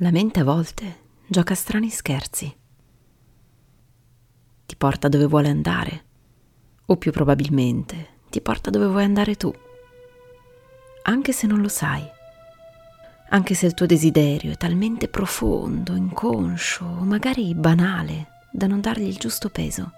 La mente a volte gioca strani scherzi. Ti porta dove vuole andare, o più probabilmente ti porta dove vuoi andare tu, anche se non lo sai, anche se il tuo desiderio è talmente profondo, inconscio o magari banale da non dargli il giusto peso.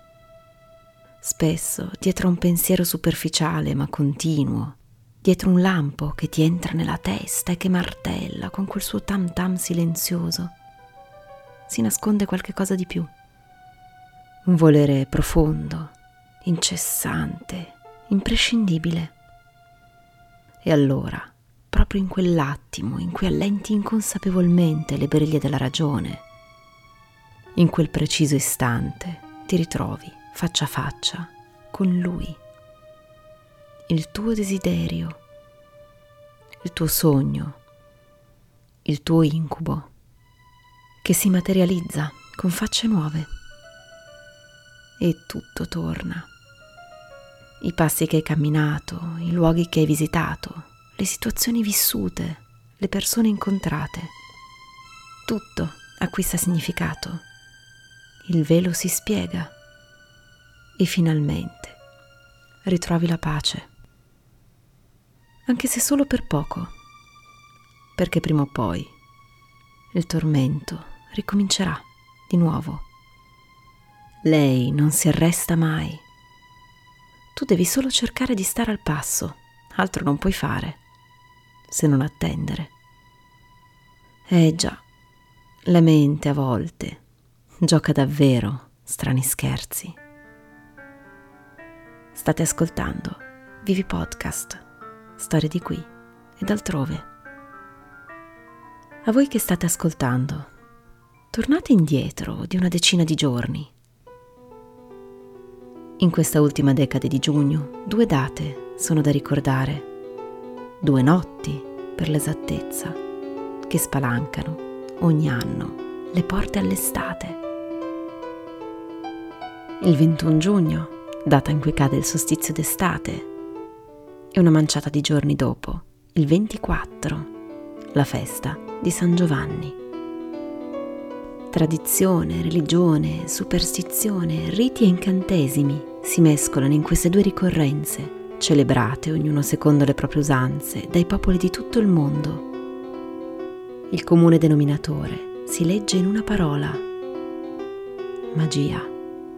Spesso, dietro a un pensiero superficiale ma continuo, dietro un lampo che ti entra nella testa e che martella con quel suo tam tam silenzioso, si nasconde qualche cosa di più. Un volere profondo, incessante, imprescindibile. E allora, proprio in quell'attimo in cui allenti inconsapevolmente le briglie della ragione, in quel preciso istante ti ritrovi faccia a faccia con lui, il tuo desiderio, il tuo sogno, il tuo incubo, che si materializza con facce nuove. E tutto torna. I passi che hai camminato, i luoghi che hai visitato, le situazioni vissute, le persone incontrate. Tutto acquista significato. Il velo si spiega e finalmente ritrovi la pace. Anche se solo per poco, perché prima o poi il tormento ricomincerà di nuovo. Lei non si arresta mai. Tu devi solo cercare di stare al passo, altro non puoi fare, se non attendere. Già, la mente a volte gioca davvero strani scherzi. State ascoltando Vivi Podcast, storie di qui e d'altrove. A voi che state ascoltando, tornate indietro di una decina di giorni. In questa ultima decade di giugno, 2 date sono da ricordare, 2 notti per l'esattezza, che spalancano ogni anno le porte all'estate. Il 21 giugno, data in cui cade il solstizio d'estate, e una manciata di giorni dopo, il 24, la festa di San Giovanni. Tradizione, religione, superstizione, riti e incantesimi si mescolano in queste 2 ricorrenze, celebrate ognuno secondo le proprie usanze dai popoli di tutto il mondo. Il comune denominatore si legge in una parola: magia.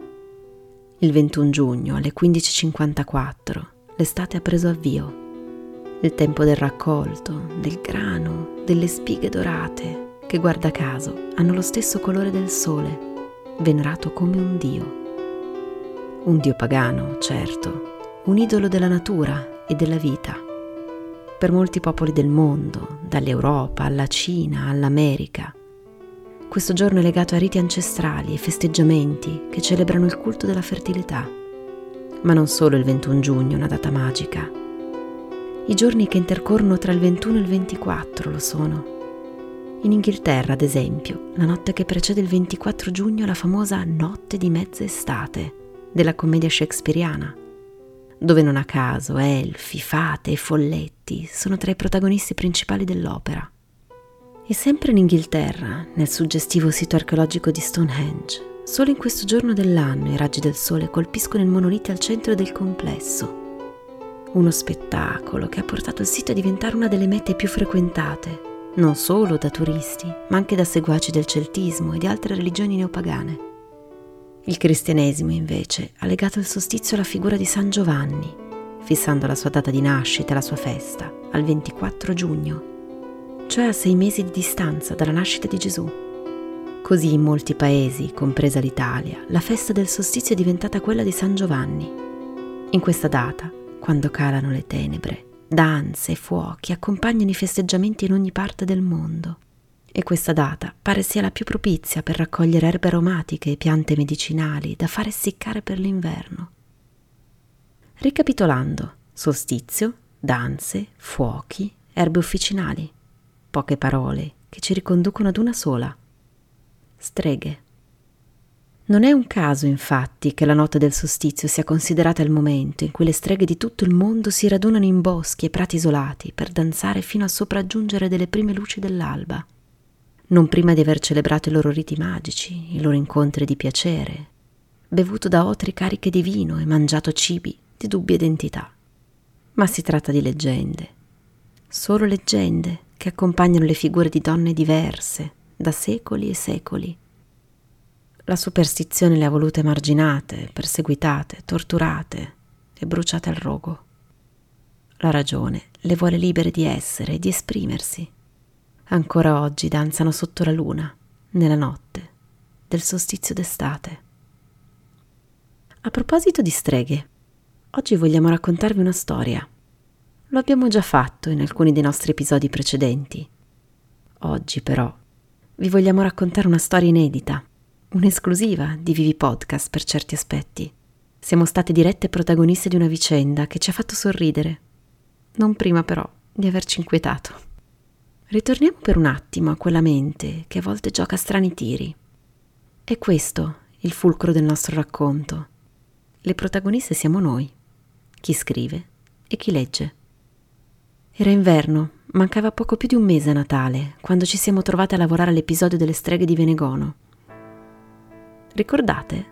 Il 21 giugno alle 15:54 l'estate ha preso avvio. Il tempo del raccolto, del grano, delle spighe dorate, che guarda caso hanno lo stesso colore del sole, venerato come un dio. Un dio pagano, certo, un idolo della natura e della vita. Per molti popoli del mondo, dall'Europa alla Cina all'America, questo giorno è legato a riti ancestrali e festeggiamenti che celebrano il culto della fertilità. Ma non solo il 21 giugno è una data magica. I giorni che intercorrono tra il 21 e il 24 lo sono. In Inghilterra, ad esempio, la notte che precede il 24 giugno è la famosa Notte di mezza estate della commedia shakespeariana, dove non a caso elfi, fate e folletti sono tra i protagonisti principali dell'opera. E sempre in Inghilterra, nel suggestivo sito archeologico di Stonehenge, solo in questo giorno dell'anno i raggi del sole colpiscono il monolite al centro del complesso. Uno spettacolo che ha portato il sito a diventare una delle mete più frequentate, non solo da turisti, ma anche da seguaci del celtismo e di altre religioni neopagane. Il cristianesimo, invece, ha legato il solstizio alla figura di San Giovanni, fissando la sua data di nascita e la sua festa al 24 giugno, cioè a 6 mesi di distanza dalla nascita di Gesù. Così in molti paesi, compresa l'Italia, la festa del solstizio è diventata quella di San Giovanni. In questa data, quando calano le tenebre, danze e fuochi accompagnano i festeggiamenti in ogni parte del mondo. E questa data pare sia la più propizia per raccogliere erbe aromatiche e piante medicinali da fare essiccare per l'inverno. Ricapitolando: solstizio, danze, fuochi, erbe officinali. Poche parole che ci riconducono ad una sola: streghe. Non è un caso, infatti, che la notte del solstizio sia considerata il momento in cui le streghe di tutto il mondo si radunano in boschi e prati isolati per danzare fino a sopraggiungere delle prime luci dell'alba. non prima di aver celebrato i loro riti magici, i loro incontri di piacere, bevuto da otri cariche di vino e mangiato cibi di dubbia identità. Ma si tratta di leggende, solo leggende che accompagnano le figure di donne diverse da secoli e secoli. La superstizione le ha volute emarginate, perseguitate, torturate e bruciate al rogo. La ragione le vuole libere di essere e di esprimersi. Ancora oggi danzano sotto la luna, nella notte del solstizio d'estate. A proposito di streghe, oggi vogliamo raccontarvi una storia. Lo abbiamo già fatto in alcuni dei nostri episodi precedenti. Oggi però vi vogliamo raccontare una storia inedita, un'esclusiva di Vivi Podcast per certi aspetti. Siamo state dirette protagoniste di una vicenda che ci ha fatto sorridere, non prima però di averci inquietato. Ritorniamo per un attimo a quella mente che a volte gioca strani tiri. È questo il fulcro del nostro racconto. Le protagoniste siamo noi, chi scrive e chi legge. Era inverno, mancava poco più di un mese a Natale, quando ci siamo trovate a lavorare all'episodio delle streghe di Venegono. Ricordate?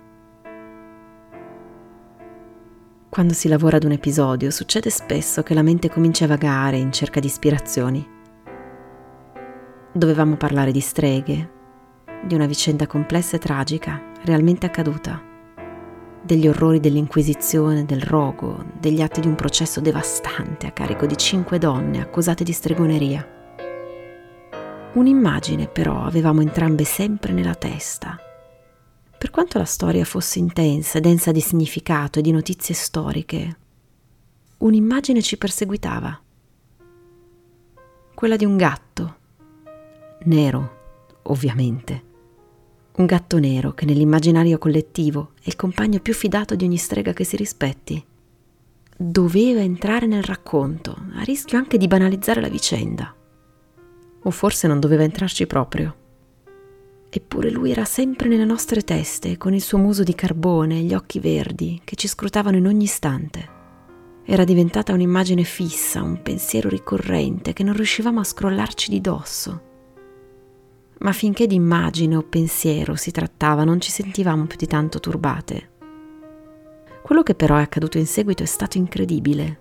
Quando si lavora ad un episodio succede spesso che la mente comincia a vagare in cerca di ispirazioni. Dovevamo parlare di streghe, di una vicenda complessa e tragica, realmente accaduta, degli orrori dell'Inquisizione, del rogo, degli atti di un processo devastante a carico di 5 donne accusate di stregoneria. Un'immagine però avevamo entrambe sempre nella testa. Per quanto la storia fosse intensa e densa di significato e di notizie storiche, un'immagine ci perseguitava. Quella di un gatto, nero, ovviamente. Un gatto nero che nell'immaginario collettivo è il compagno più fidato di ogni strega che si rispetti. Doveva entrare nel racconto, a rischio anche di banalizzare la vicenda. O forse non doveva entrarci proprio. Eppure lui era sempre nelle nostre teste, con il suo muso di carbone e gli occhi verdi che ci scrutavano in ogni istante. Era diventata un'immagine fissa, un pensiero ricorrente che non riuscivamo a scrollarci di dosso. Ma finché di immagine o pensiero si trattava, non ci sentivamo più di tanto turbate. Quello che però è accaduto in seguito è stato incredibile.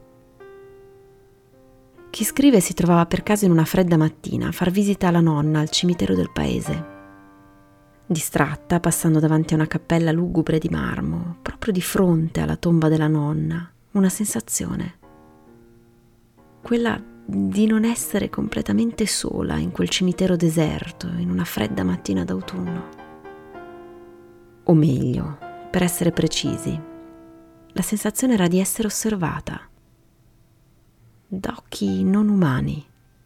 Chi scrive si trovava per caso in una fredda mattina a far visita alla nonna al cimitero del paese. Distratta, passando davanti a una cappella lugubre di marmo, proprio di fronte alla tomba della nonna, una sensazione. Quella di non essere completamente sola in quel cimitero deserto, in una fredda mattina d'autunno. O meglio, per essere precisi, la sensazione era di essere osservata da occhi non umani.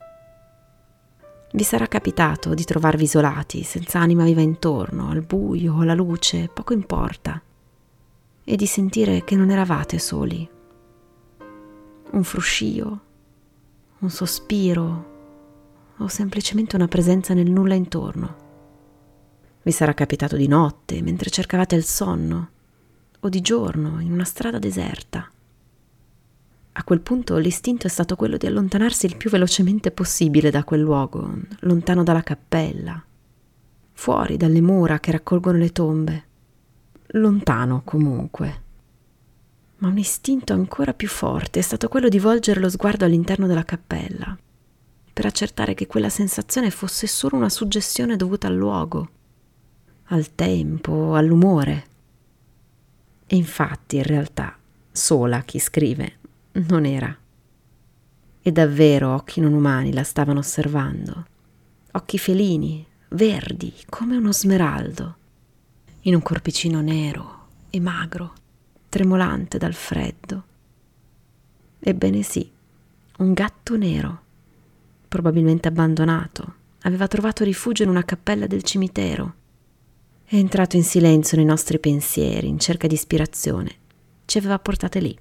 Vi sarà capitato di trovarvi isolati, senza anima viva intorno, al buio o alla luce, poco importa, e di sentire che non eravate soli. Un fruscio, un sospiro o semplicemente una presenza nel nulla intorno. Vi sarà capitato di notte, mentre cercavate il sonno, o di giorno, in una strada deserta. A quel punto l'istinto è stato quello di allontanarsi il più velocemente possibile da quel luogo, lontano dalla cappella, fuori dalle mura che raccolgono le tombe, lontano comunque. Ma un istinto ancora più forte è stato quello di volgere lo sguardo all'interno della cappella, per accertare che quella sensazione fosse solo una suggestione dovuta al luogo, al tempo, all'umore. E infatti, in realtà, sola chi scrive non era. E davvero occhi non umani la stavano osservando, occhi felini, verdi come uno smeraldo, in un corpicino nero e magro, tremolante dal freddo. Ebbene sì, un gatto nero, probabilmente abbandonato, aveva trovato rifugio in una cappella del cimitero. È entrato in silenzio nei nostri pensieri, in cerca di ispirazione. Ci aveva portate lì.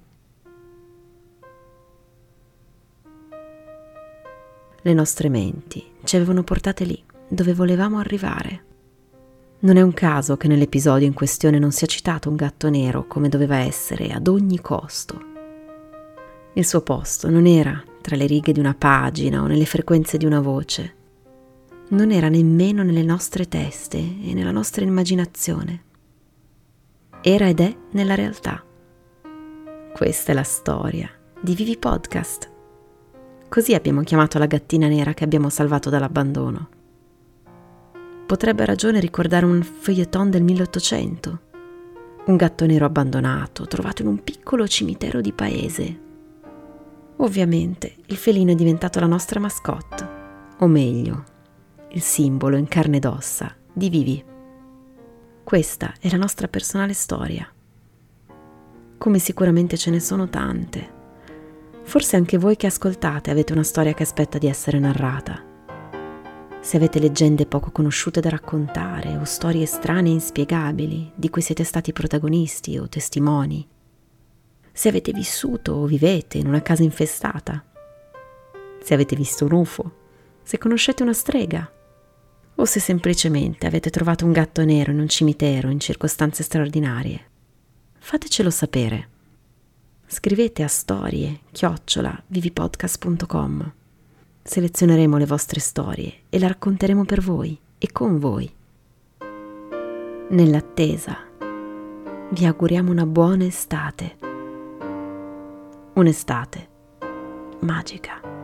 Le nostre menti ci avevano portate lì, dove volevamo arrivare. Non è un caso che nell'episodio in questione non sia citato un gatto nero come doveva essere ad ogni costo. Il suo posto non era tra le righe di una pagina o nelle frequenze di una voce. non era nemmeno nelle nostre teste e nella nostra immaginazione. Era ed è nella realtà. Questa è la storia di Vivi Podcast. Così abbiamo chiamato la gattina nera che abbiamo salvato dall'abbandono. Potrebbe a ragione ricordare un feuilleton del 1800. Un gatto nero abbandonato, trovato in un piccolo cimitero di paese. Ovviamente il felino è diventato la nostra mascotte, o meglio, il simbolo in carne ed ossa di Vivi. Questa è la nostra personale storia. Come sicuramente ce ne sono tante. Forse anche voi che ascoltate avete una storia che aspetta di essere narrata. Se avete leggende poco conosciute da raccontare o storie strane e inspiegabili di cui siete stati protagonisti o testimoni. Se avete vissuto o vivete in una casa infestata. Se avete visto un UFO. Se conoscete una strega. O se semplicemente avete trovato un gatto nero in un cimitero in circostanze straordinarie. Fatecelo sapere. Scrivete a storie@vivipodcast.com. Selezioneremo le vostre storie e le racconteremo per voi e con voi. Nell'attesa, vi auguriamo una buona estate. Un'estate magica.